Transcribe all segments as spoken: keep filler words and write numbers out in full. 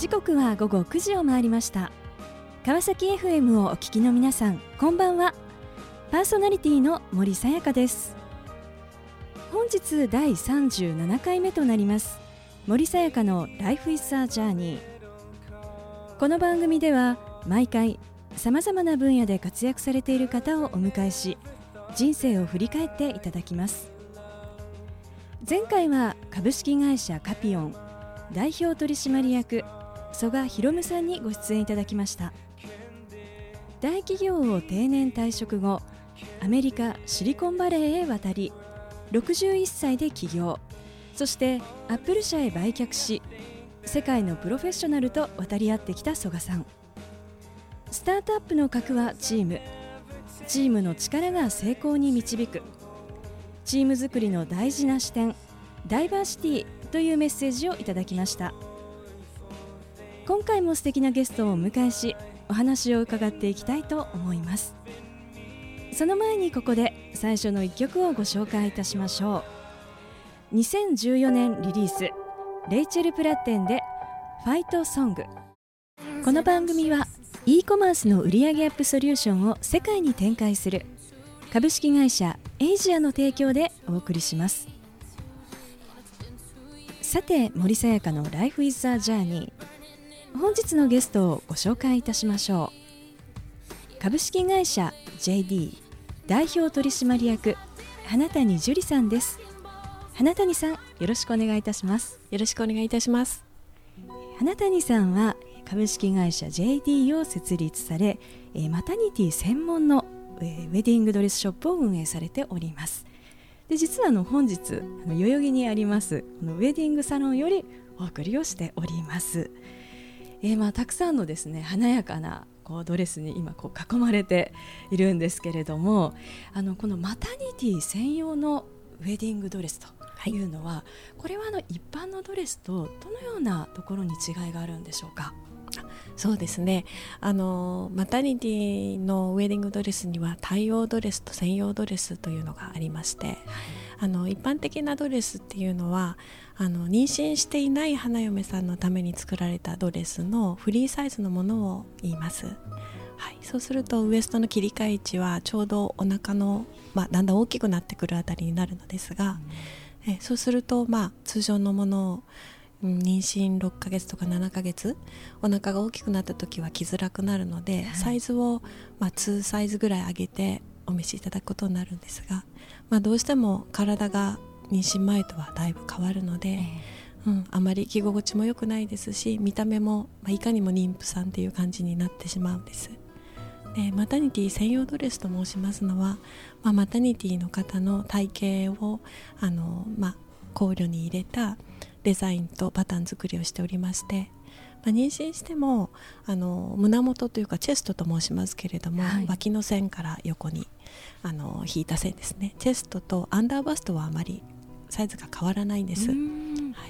時刻は午後くじを回りました。川崎 エフエム をお聞きの皆さん、こんばんは。パーソナリティの森さやかです。本日だいさんじゅうななかいめとなります森さやかの Life is a Journey。 この番組では毎回さまざまな分野で活躍されている方をお迎えし、人生を振り返っていただきます。前回は株式会社カピオン代表取締役曽我博夢さんにご出演いただきました。大企業を定年退職後、アメリカシリコンバレーへ渡り、ろくじゅういっさいで起業、そしてアップル社へ売却し、世界のプロフェッショナルと渡り合ってきた曽我さん。スタートアップの核はチーム、チームの力が成功に導く、チーム作りの大事な視点、ダイバーシティというメッセージをいただきました。今回も素敵なゲストをお迎えし、お話を伺っていきたいと思います。その前にここで最初のいっきょくをご紹介いたしましょう。にせんじゅうよねんリリース、レイチェル・プラッテンでファイトソング。この番組は e コマースの売上アップソリューションを世界に展開する株式会社エイジアの提供でお送りします。さて、森さやかの Life is a Journey。本日のゲストをご紹介いたしましょう。株式会社 ジェーディー 代表取締役花谷樹里さんです。花谷さん、よろしくお願いいたします。 よろしくお願いいたします。 花谷さんは株式会社 ジェーディー を設立され、マタニティ専門のウェディングドレスショップを運営されております。で、実はあの本日あの代々木にありますこのウェディングサロンよりお送りをしております。えー、まあたくさんのですね華やかなこうドレスに今こう囲まれているんですけれども、あのこのマタニティ専用のウェディングドレスというのは、はい、これはあの一般のドレスとどのようなところに違いがあるんでしょうか。 そうですね、あのマタニティのウェディングドレスには対応ドレスと専用ドレスというのがありまして、はい、あの一般的なドレスっていうのはあの妊娠していない花嫁さんのために作られたドレスのフリーサイズのものを言います。はい、そうするとウエストの切り替え位置はちょうどお腹の、まあ、だんだん大きくなってくるあたりになるのですが、うん、えそうすると、まあ、通常のものを妊娠ろっかげつとかななかげつお腹が大きくなった時は着づらくなるので、はい、サイズを、まあ、にサイズぐらい上げてお召しいただくことになるんですが、まあ、どうしても体が妊娠前とはだいぶ変わるので、えーうん、あまり着心地も良くないですし、見た目も、まあ、いかにも妊婦さんっていう感じになってしまうんです。でマタニティ専用ドレスと申しますのは、まあ、マタニティの方の体型をあの、まあ、考慮に入れたデザインとパターン作りをしておりまして、まあ、妊娠してもあの胸元というかチェストと申しますけれども、はい、脇の線から横にあの引いた線ですね。チェストとアンダーバストはあまりサイズが変わらないんです。はい、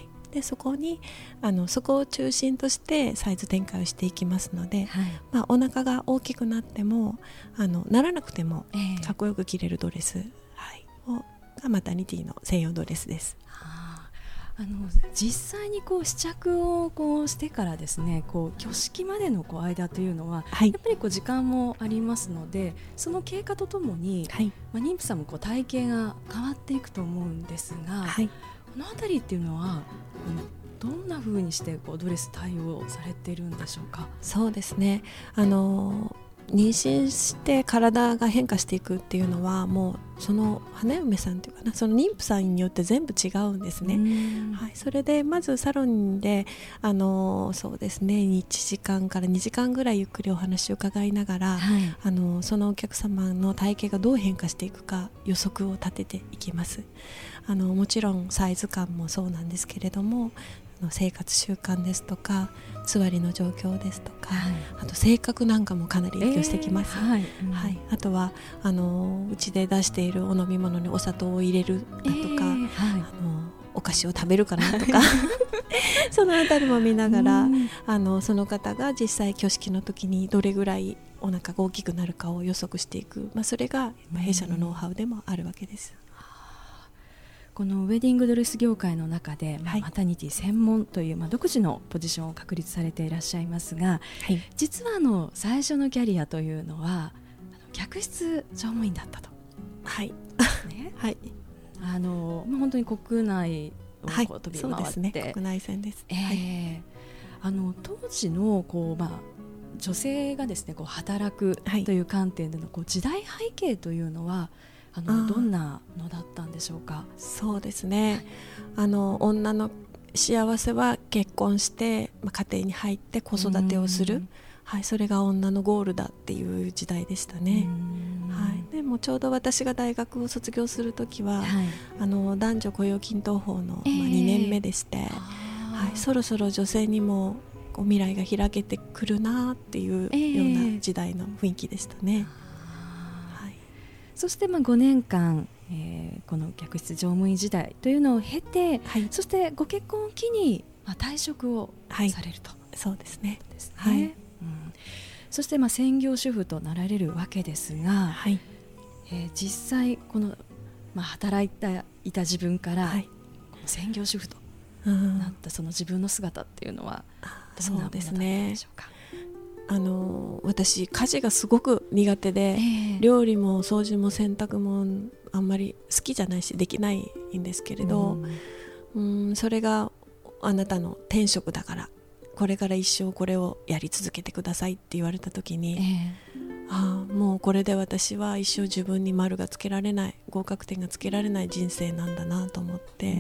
でそこにあのそこを中心としてサイズ展開をしていきますので、はい、まあ、お腹が大きくなってもあのならなくてもかっこよく着れるドレス、えーはい、をがマタニティの専用ドレスです。 あの実際にこう試着をこうしてからですね、こう挙式までのこう間というのは、はい、やっぱりこう時間もありますので、その経過とともに、はい、まあ、妊婦さんもこう体型が変わっていくと思うんですが、はい、このあたりっていうのはどんな風にしてこうドレス対応されているんでしょうか。 そうですね、あの妊娠して体が変化していくっていうのはもうその花嫁さんというかな、その妊婦さんによって全部違うんですね。はい、それでまずサロンであのそうですねいちじかんからにじかんぐらいゆっくりお話を伺いながら、はい、あのそのお客様の体型がどう変化していくか予測を立てていきます。あのもちろんサイズ感もそうなんですけれども、生活習慣ですとか座りの状況ですとか、はい、あと性格なんかもかなり影響してきます。えーはいうんはい、あとはあのうちで出しているお飲み物にお砂糖を入れるだとか、えーはい、あのお菓子を食べるかなとかそのあたりも見ながら、あのその方が実際挙式の時にどれぐらいお腹が大きくなるかを予測していく、まあ、それが弊社のノウハウでもあるわけです。 このウェディングドレス業界の中で、まあ、マタニティ専門という、まあ、独自のポジションを確立されていらっしゃいますが、はい、実はあの最初のキャリアというのはあの客室乗務員だったと、 はいねはい、 あのまあ、本当に国内をこう飛び回って、はい、そうですね、 国内線です、 えーはい、あの当時のこう、まあ、女性がですねこう働くという観点でのこう時代背景というのはあのどんなのだったんでしょうか。 そうですね、はい、あの女の幸せは結婚して、まあ、家庭に入って子育てをする、はい、それが女のゴールだっていう時代でしたね。はい、でもちょうど私が大学を卒業するときは、はい、あの男女雇用均等法の、えーまあ、にねんめでして、はい、そろそろ女性にもこう未来が開けてくるなっていうような時代の雰囲気でしたね。えーそしてまあごねんかん、えー、この客室乗務員時代というのを経て、はい、そしてご結婚を機に、まあ、退職をされると、はい、 そうですね、 ですね、はい、うん、そしてまあ専業主婦となられるわけですが、はい、えー、実際この、まあ、働いていた自分から、はい、専業主婦となったその自分の姿っていうのはどんなものだったんでしょうか。 あの私家事がすごく苦手で、えー、料理も掃除も洗濯もあんまり好きじゃないしできないんですけれど、うん、うんそれがあなたの天職だからこれから一生これをやり続けてくださいって言われた時に、えー、ああもうこれで私は一生自分に丸がつけられない合格点がつけられない人生なんだなと思って、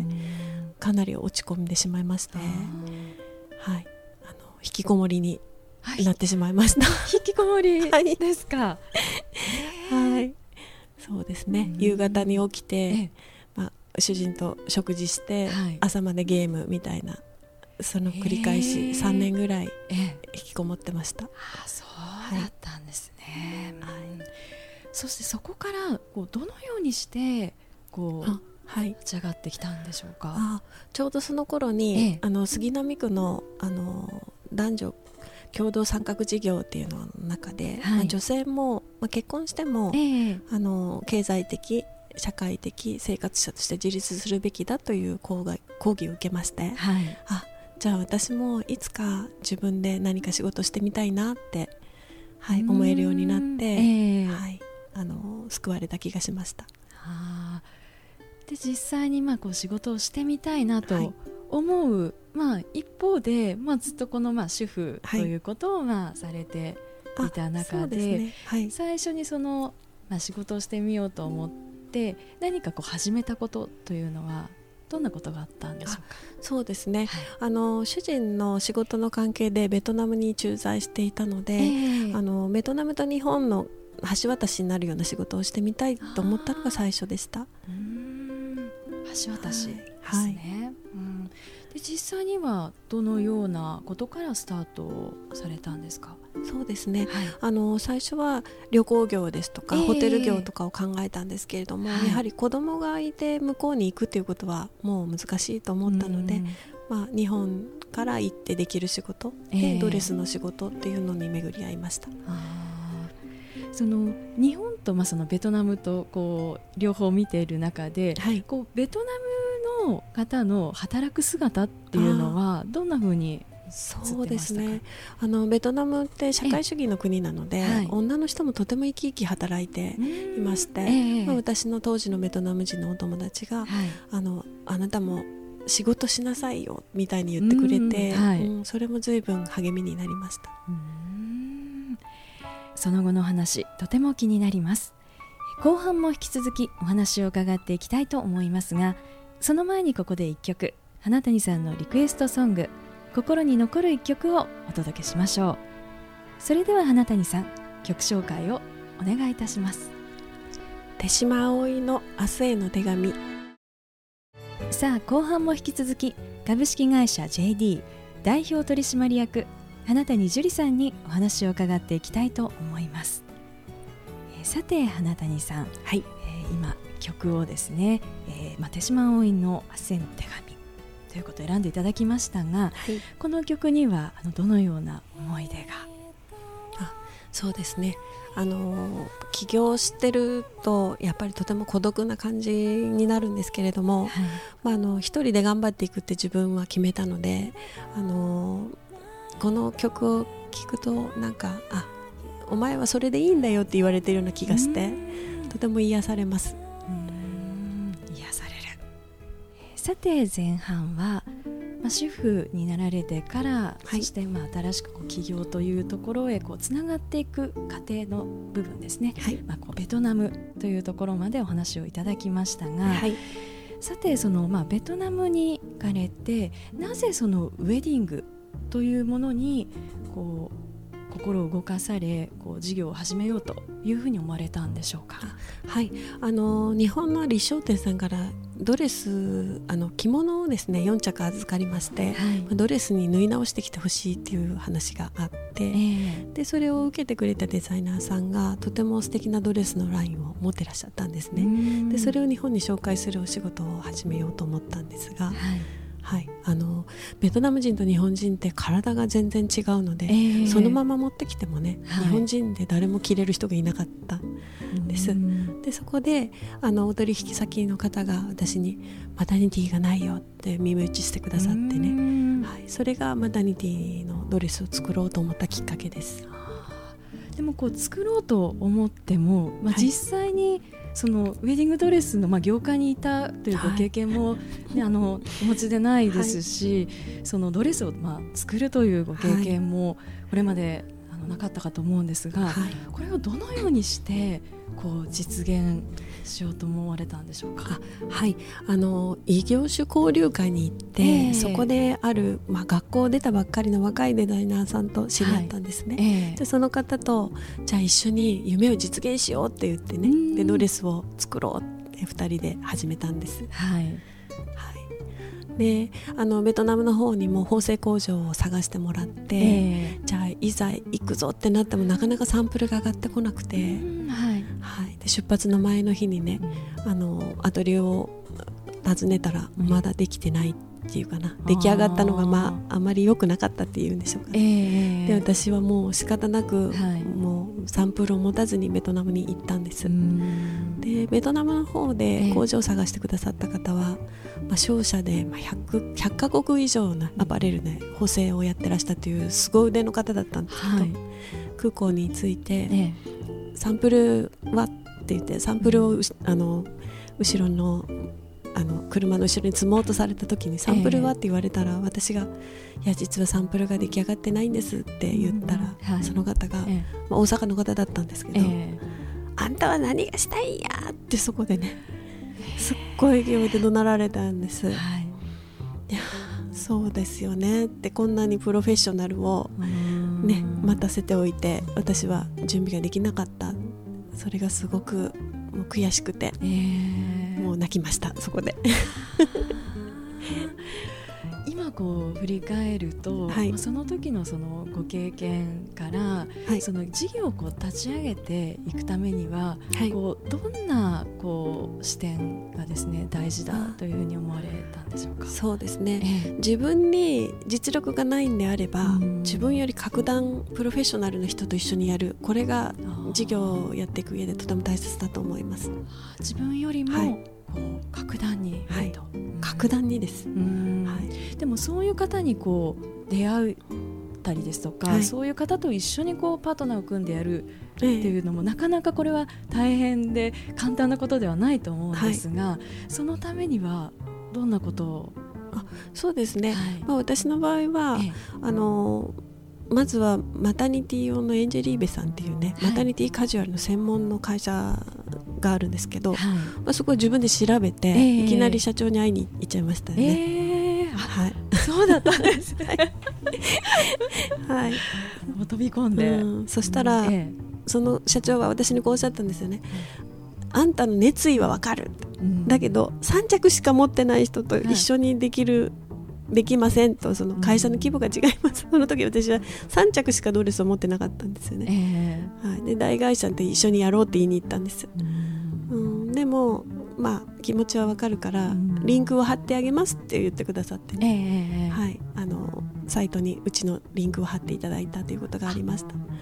かなり落ち込んでしまいまして、はい、あの引きこもりになってしまいました。 引きこもりですか。 はい、そうですね。夕方に起きて、まあ、主人と食事して、はい、朝までゲームみたいなその繰り返しさんねんぐらい引きこもってました。 ああ、そうだったんですね。はい、そしてそこからこうどのようにしてこうはい、立ち上がってきたんでしょうか。 あちょうどその頃に、ええ、あの杉並区の、あの男女共同参画事業っていうのの中で、はい、まあ、女性も、まあ、結婚しても、ええ、あの経済的社会的生活者として自立するべきだという講義、講義を受けまして、はい、あじゃあ私もいつか自分で何か仕事してみたいなって、はい、思えるようになって、ええ、はい、あの救われた気がしました。 はあ、で実際にまあこう仕事をしてみたいなと思う、はい、まあ、一方で、まあ、ずっとこのまあ主婦ということをまあされていた中で、ね、はい、最初にその、まあ、仕事をしてみようと思って何かこう始めたことというのはどんなことがあったんでしょうか。 そうですね、はい、あの主人の仕事の関係でベトナムに駐在していたので、えー、あのベトナムと日本の橋渡しになるような仕事をしてみたいと思ったのが最初でした。うーん、橋渡しですね、はい、うん、で実際にはどのようなことからスタートされたんですか。 そうですね、はい、あの最初は旅行業ですとか、えー、ホテル業とかを考えたんですけれども、はい、やはり子供がいて向こうに行くということはもう難しいと思ったので、まあ、日本から行ってできる仕事で、えー、ドレスの仕事っていうのに巡り合いました。 あ、その日本とまあそのベトナムとこう両方見ている中で、はい、こうベトナムの方の働く姿っていうのはどんなふうに映ってましたか。 そうですね、あのベトナムって社会主義の国なので、はい、女の人もとても生き生き働いていまして、えーまあ、私の当時のベトナム人のお友達が、はい、あのあなたも仕事しなさいよみたいに言ってくれて、はい、うん、それも随分励みになりました。うーん、その後の話とても気になります。後半も引き続きお話を伺っていきたいと思いますが、その前にここでいっきょく、花谷さんのリクエストソング、心に残るいっきょくをお届けしましょう。それでは花谷さん、曲紹介をお願いいたします。 手島葵の明日への手紙。 さあ後半も引き続き株式会社 ジェーディー 代表取締役花谷樹里さんにお話を伺っていきたいと思います。えー、さて花谷さん、はい、えー、今曲をですね、えーまあ、手島葵の明日への手紙ということを選んでいただきましたが、はい、この曲にはあのどのような思い出が。 あそうですね、あの起業してるとやっぱりとても孤独な感じになるんですけれども、はい、まあ、あの一人で頑張っていくって自分は決めたので、あのこの曲を聴くとなんか、あ、お前はそれでいいんだよって言われてるような気がしてとても癒されます。 うーん、癒される。さて前半は、まあ、主婦になられてから、はい、そしてまあ新しくこう起業というところへこうつながっていく過程の部分ですね、はい、まあ、こうベトナムというところまでお話をいただきましたが、はい、さてその、まあ、ベトナムに行かれてなぜそのウェディングというものにこう心を動かされこう事業を始めようというふうに思われたんでしょうか。 はい、あの日本の李商店さんからドレス、あの着物をですねよん着預かりまして、はい、ドレスに縫い直してきてほしいっていう話があって、えー、でそれを受けてくれたデザイナーさんがとても素敵なドレスのラインを持ってらっしゃったんですね。でそれを日本に紹介するお仕事を始めようと思ったんですが、はいはい、あのベトナム人と日本人って体が全然違うので、えー、そのまま持ってきてもね、はい、日本人で誰も着れる人がいなかったんです。でそこであのお取引先の方が私にマタニティがないよって耳打ちしてくださってね、はい、それがマタニティのドレスを作ろうと思ったきっかけです。 でもこう作ろうと思っても、まあ、実際に、はい、そのウェディングドレスのまあ業界にいたというご経験も、ね、はい、あのお持ちでないですし、はい、そのドレスをまあ作るというご経験もこれまであのなかったかと思うんですが、はい、これをどのようにしてこう実現しようと思われたんでしょうか。 あ、はい、あの異業種交流会に行って、えー、そこである、まあ、学校を出たばっかりの若いデザイナーさんと知り合ったんですね、はい、えー、でその方とじゃあ一緒に夢を実現しようって言ってね、でドレスを作ろうってふたりで始めたんです、はい、はい、であのベトナムの方にも縫製工場を探してもらって、えー、じゃあいざ行くぞってなってもなかなかサンプルが上がってこなくて、はいはい、で出発の前の日にね、うん、あのアトリエを訪ねたらまだできてないっていうかな、出来上がったのが、まあ、あまり良くなかったっていうんでしょうかね、えー、で私はもう仕方なく、はい、もうサンプルを持たずにベトナムに行ったんです。でベトナムの方で工場を探してくださった方は、えーまあ、商社で ひゃく, ひゃっカ国以上のアパレルで補正をやってらしたという凄腕の方だったんですけど、はい、空港に着いて、えー、サンプルはって言ってサンプルをあの後ろのあの車の後ろに積もうとされた時にサンプルはって言われたら、えー、私がいや実はサンプルが出来上がってないんですって言ったら、うん、はい、その方が、えーまあ、大阪の方だったんですけど、えー、あんたは何がしたいんやってそこでねすっごい勢いで怒鳴られたんです、はい、いやそうですよねって、こんなにプロフェッショナルを、ね、待たせておいて私は準備ができなかった、それがすごくもう悔しくて、えー、もう泣きましたそこで今こう振り返ると、はい、その時のそのご経験から、はい、その事業をこう立ち上げていくためには、はい、こうどんなこう視点がですね大事だというふうに思われたんでしょうか。 そうですね、ええ、自分に実力がないんであれば、うん、自分より格段プロフェッショナルの人と一緒にやる、これが事業をやっていく上でとても大切だと思います。 自分よりも、はい、こう格段に、はい、 格段にです、うん、 はい、でもそういう方にこう出会ったりですとか、はい、そういう方と一緒にこうパートナーを組んでやるっていうのも、ええ、なかなかこれは大変で簡単なことではないと思うんですが、はい、そのためにはどんなことを。 あ、そうですね、はい、まあ、私の場合は、ええ、あのまずはマタニティ用のエンジェリーベさんっていうね、はい、マタニティカジュアルの専門の会社があるんですけど、はい、まあ、そこを自分で調べて、えー、いきなり社長に会いに行っちゃいましたね、 えーはい、そうだったんですねはい、 もう飛び込んで、 うん、そしたら、うんえー、その社長は私にこうおっしゃったんですよね、うん、あんたの熱意は分かる、うん、だけどさん着しか持ってない人と一緒にできる、はい、できませんと、その会社の規模が違います、うん、その時私はさん着しかドレスを持ってなかったんですよね、えーはい、で大会社で一緒にやろうって言いに行ったんです、うんうん、でもまあ気持ちはわかるから、うん、リンクを貼ってあげますって言ってくださってね、えーはい、あのサイトにうちのリンクを貼っていただいたということがありました。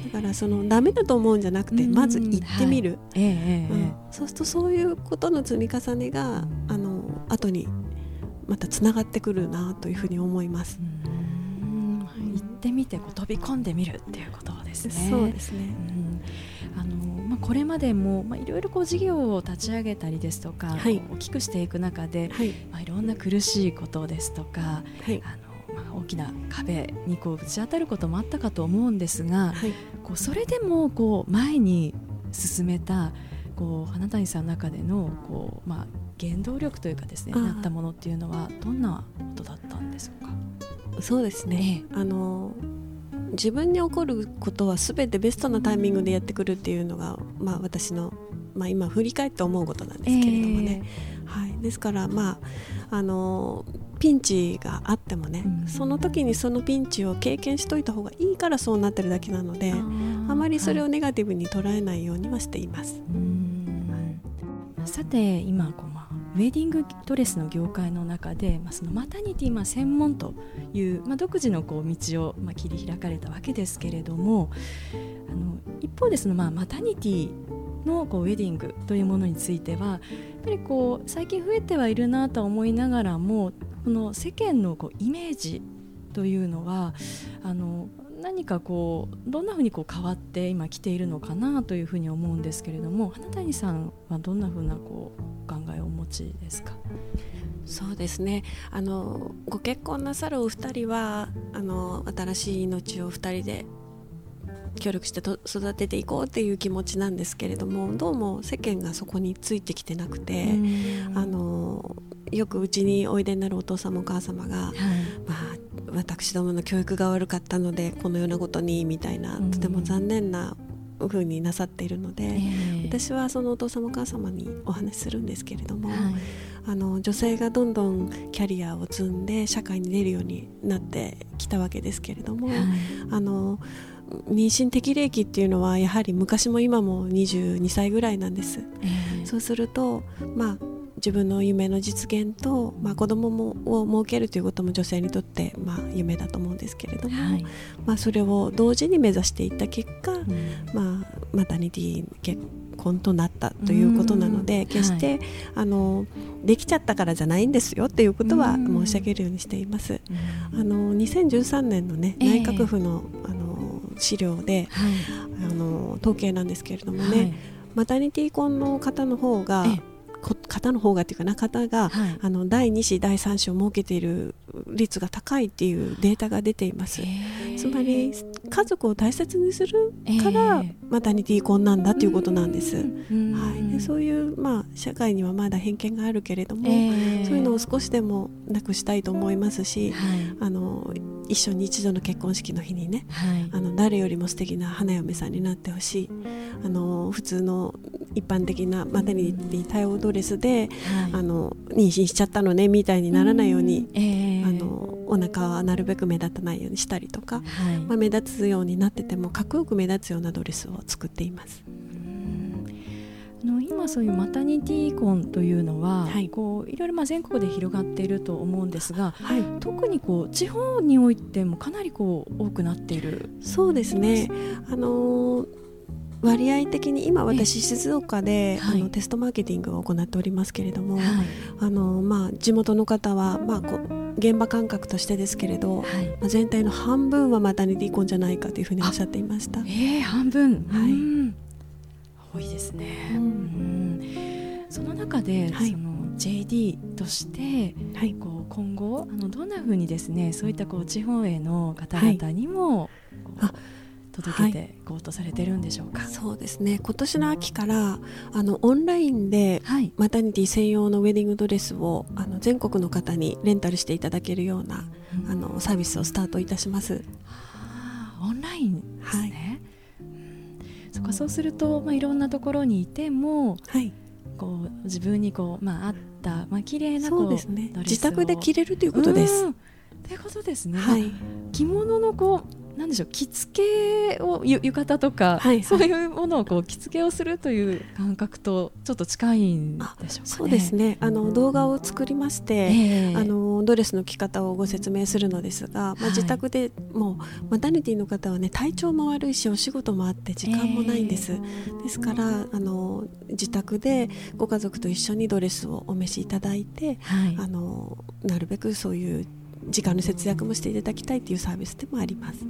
だからそのダメだと思うんじゃなくて、まず行ってみる、 はい、えーうん、 そうするとそういうことの積み重ねがあの後にまたつながってくるなというふうに思います。 うん、行ってみてこう飛び込んでみるっていうことですね。 そうですね、 うん、あのまあ、これまでも、まあ、いろいろこう事業を立ち上げたりですとか、はい、大きくしていく中で、はい、まあ、いろんな苦しいことですとか、はい、あのまあ、大きな壁にこうぶち当たることもあったかと思うんですが、はい、こうそれでもこう前に進めたこう花谷さんの中でのこう、まあ、原動力というかですね、なったものっていうのはどんなことだったんでしょうか。 そうですね、ええ、あの自分に起こることは全てベストなタイミングでやってくるっていうのが、まあ、私の、まあ、今振り返って思うことなんですけれどもね、えーはい、ですから、まあ、あのピンチがあってもね、うん、その時にそのピンチを経験しといた方がいいからそうなってるだけなので、 あ, あまりそれをネガティブに捉えないようにはしています、はい、うん、 さて今こう、まあ、ウェディングドレスの業界の中で、まあ、そのマタニティ、まあ、専門という、まあ、独自のこう道を、まあ、切り開かれたわけですけれども、あの一方でその、まあ、マタニティのこうウェディングというものについてはやっぱりこう最近増えてはいるなと思いながらも、この世間のこうイメージというのはあの何かこうどんなふうにこう変わって今来ているのかなというふうに思うんですけれども、花谷さんはどんなふうなこう考えをお持ちですか。 そうですね、あのご結婚なさるお二人はあの新しい命を二人で協力してと育てていこうっていう気持ちなんですけれども、どうも世間がそこについてきてなくて、あのよくうちにおいでになるお父様お母様が、はい、まあ、私どもの教育が悪かったのでこのようなことにみたいな、とても残念な風になさっているので、えー、私はそのお父様お母様にお話しするんですけれども、はい、あの女性がどんどんキャリアを積んで社会に出るようになってきたわけですけれども、はい、あの妊娠適齢期っていうのはやはり昔も今もにじゅうにさいぐらいなんです、えー、そうすると、まあ、自分の夢の実現と、まあ、子供もを設けるということも女性にとって、まあ、夢だと思うんですけれども、はい、まあ、それを同時に目指していった結果、うん、まあ、マタニティ結婚となったということなので、決して、はい、あのできちゃったからじゃないんですよっていうことは申し上げるようにしています。あのにせんじゅうさんねんの、ね、内閣府の、えー、あの資料で、はい、あの統計なんですけれどもね、はい、マタニティ婚の方の方が、えー方の方がというかな方が、はい、あのだいに子だいさん子を設けている率が高いっていうデータが出ています。つまり家族を大切にするからマタニティ婚なんだということなんです。はい、でそういう、まあ、社会にはまだ偏見があるけれども、そういうのを少しでもなくしたいと思いますし、はい、あの一生に一度の結婚式の日にね、はい、あの誰よりも素敵な花嫁さんになってほしい、あの普通の一般的なマタニティ対応ドレスで、はい、あの妊娠しちゃったのねみたいにならないように、うん、えー、あのお腹はなるべく目立たないようにしたりとか、はい、まあ、目立つようになっててもかっこよく目立つようなドレスを作っています。 うん、あの今そういうマタニティ婚というのは、はい、こういろいろまあ全国で広がっていると思うんですが、はい、特にこう地方においてもかなりこう多くなっている。 そうですね、あのー割合的に今私静岡で、はい、あのテストマーケティングを行っておりますけれども、はい、あのまあ、地元の方は、まあ、こう現場感覚としてですけれど、はい、まあ、全体の半分はマタニティ婚じゃないかというふうにおっしゃっていました。 えー、半分、はい、うん、多いですね、うんうん、その中で、はい、その ジェーディー として、はい、こう今後あのどんなふうにですね、そういったこう地方への方々にも、はい、届けていこうとされてるんでしょうか。 はい、そうですね、今年の秋からあのオンラインでマタニティ専用のウェディングドレスをあの全国の方にレンタルしていただけるような、うん、あのサービスをスタートいたします。はあ、オンラインですね。はい、うん、そっか、そうすると、まあ、いろんなところにいても、はい、こう自分にこう、まあ、合った、まあ、綺麗なこう、そうですね、 自宅で着れるということです。 ということですね。はい、着物のこうなんでしょう、着付けをゆ浴衣とか、はいはい、そういうものをこう着付けをするという感覚とちょっと近いんでしょうかね。 そうですね、あの動画を作りまして、えー、あのドレスの着方をご説明するのですが、まあ、自宅でもうマタニティの方はね、体調も悪いしお仕事もあって時間もないんです、えー、ですからあの自宅でご家族と一緒にドレスをお召しいただいて、はい、あのなるべくそういう時間の節約もしていただきたいというサービスでもあります。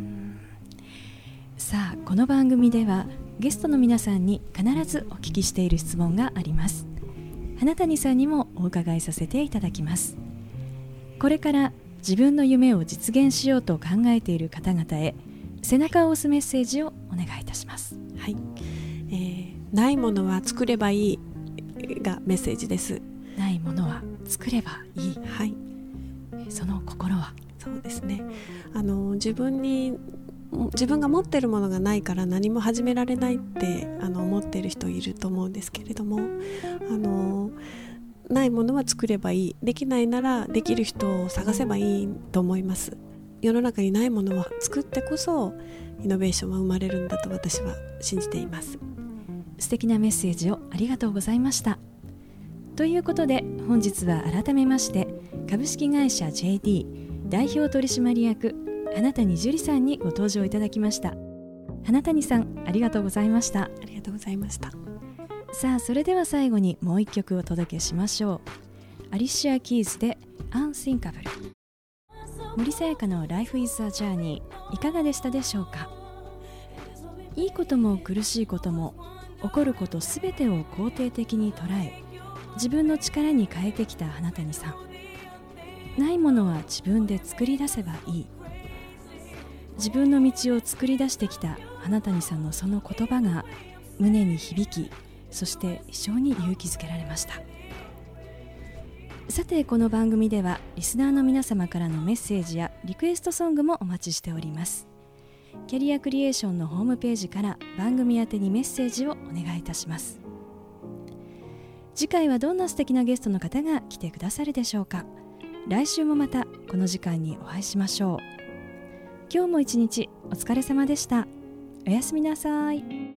さあ、この番組ではゲストの皆さんに必ずお聞きしている質問があります。花谷さんにもお伺いさせていただきます。これから自分の夢を実現しようと考えている方々へ背中を押すメッセージをお願いいたします。 はい、えー、ないものは作ればいいがメッセージです。 ないものは作ればいい、 はい、 その心は。 そうですね、あの自分に自分が持っているものがないから何も始められないってあの思っている人いると思うんですけれども、あのないものは作ればいい、できないならできる人を探せばいいと思います。世の中にないものは作ってこそイノベーションは生まれるんだと私は信じています。 素敵なメッセージをありがとうございました。ということで本日は改めまして株式会社 ジェーディー 代表取締役花谷樹里さんにご登場いただきました。花谷さん、ありがとうございました。 ありがとうございました。 さあ、それでは最後にもう一曲お届けしましょう。アリシア・キーズで Unthinkable。 森さやかの Life is a Journey、 いかがでしたでしょうか。いいことも苦しいことも起こることすべてを肯定的に捉え、自分の力に変えてきた花谷さん。ないものは自分で作り出せばいい。自分の道を作り出してきた花谷さんのその言葉が胸に響き、そして非常に勇気づけられました。さて、この番組ではリスナーの皆様からのメッセージやリクエストソングもお待ちしております。キャリアクリエーションのホームページから番組宛てにメッセージをお願いいたします。次回はどんな素敵なゲストの方が来てくださるでしょうか。来週もまたこの時間にお会いしましょう。今日も一日お疲れ様でした。おやすみなさい。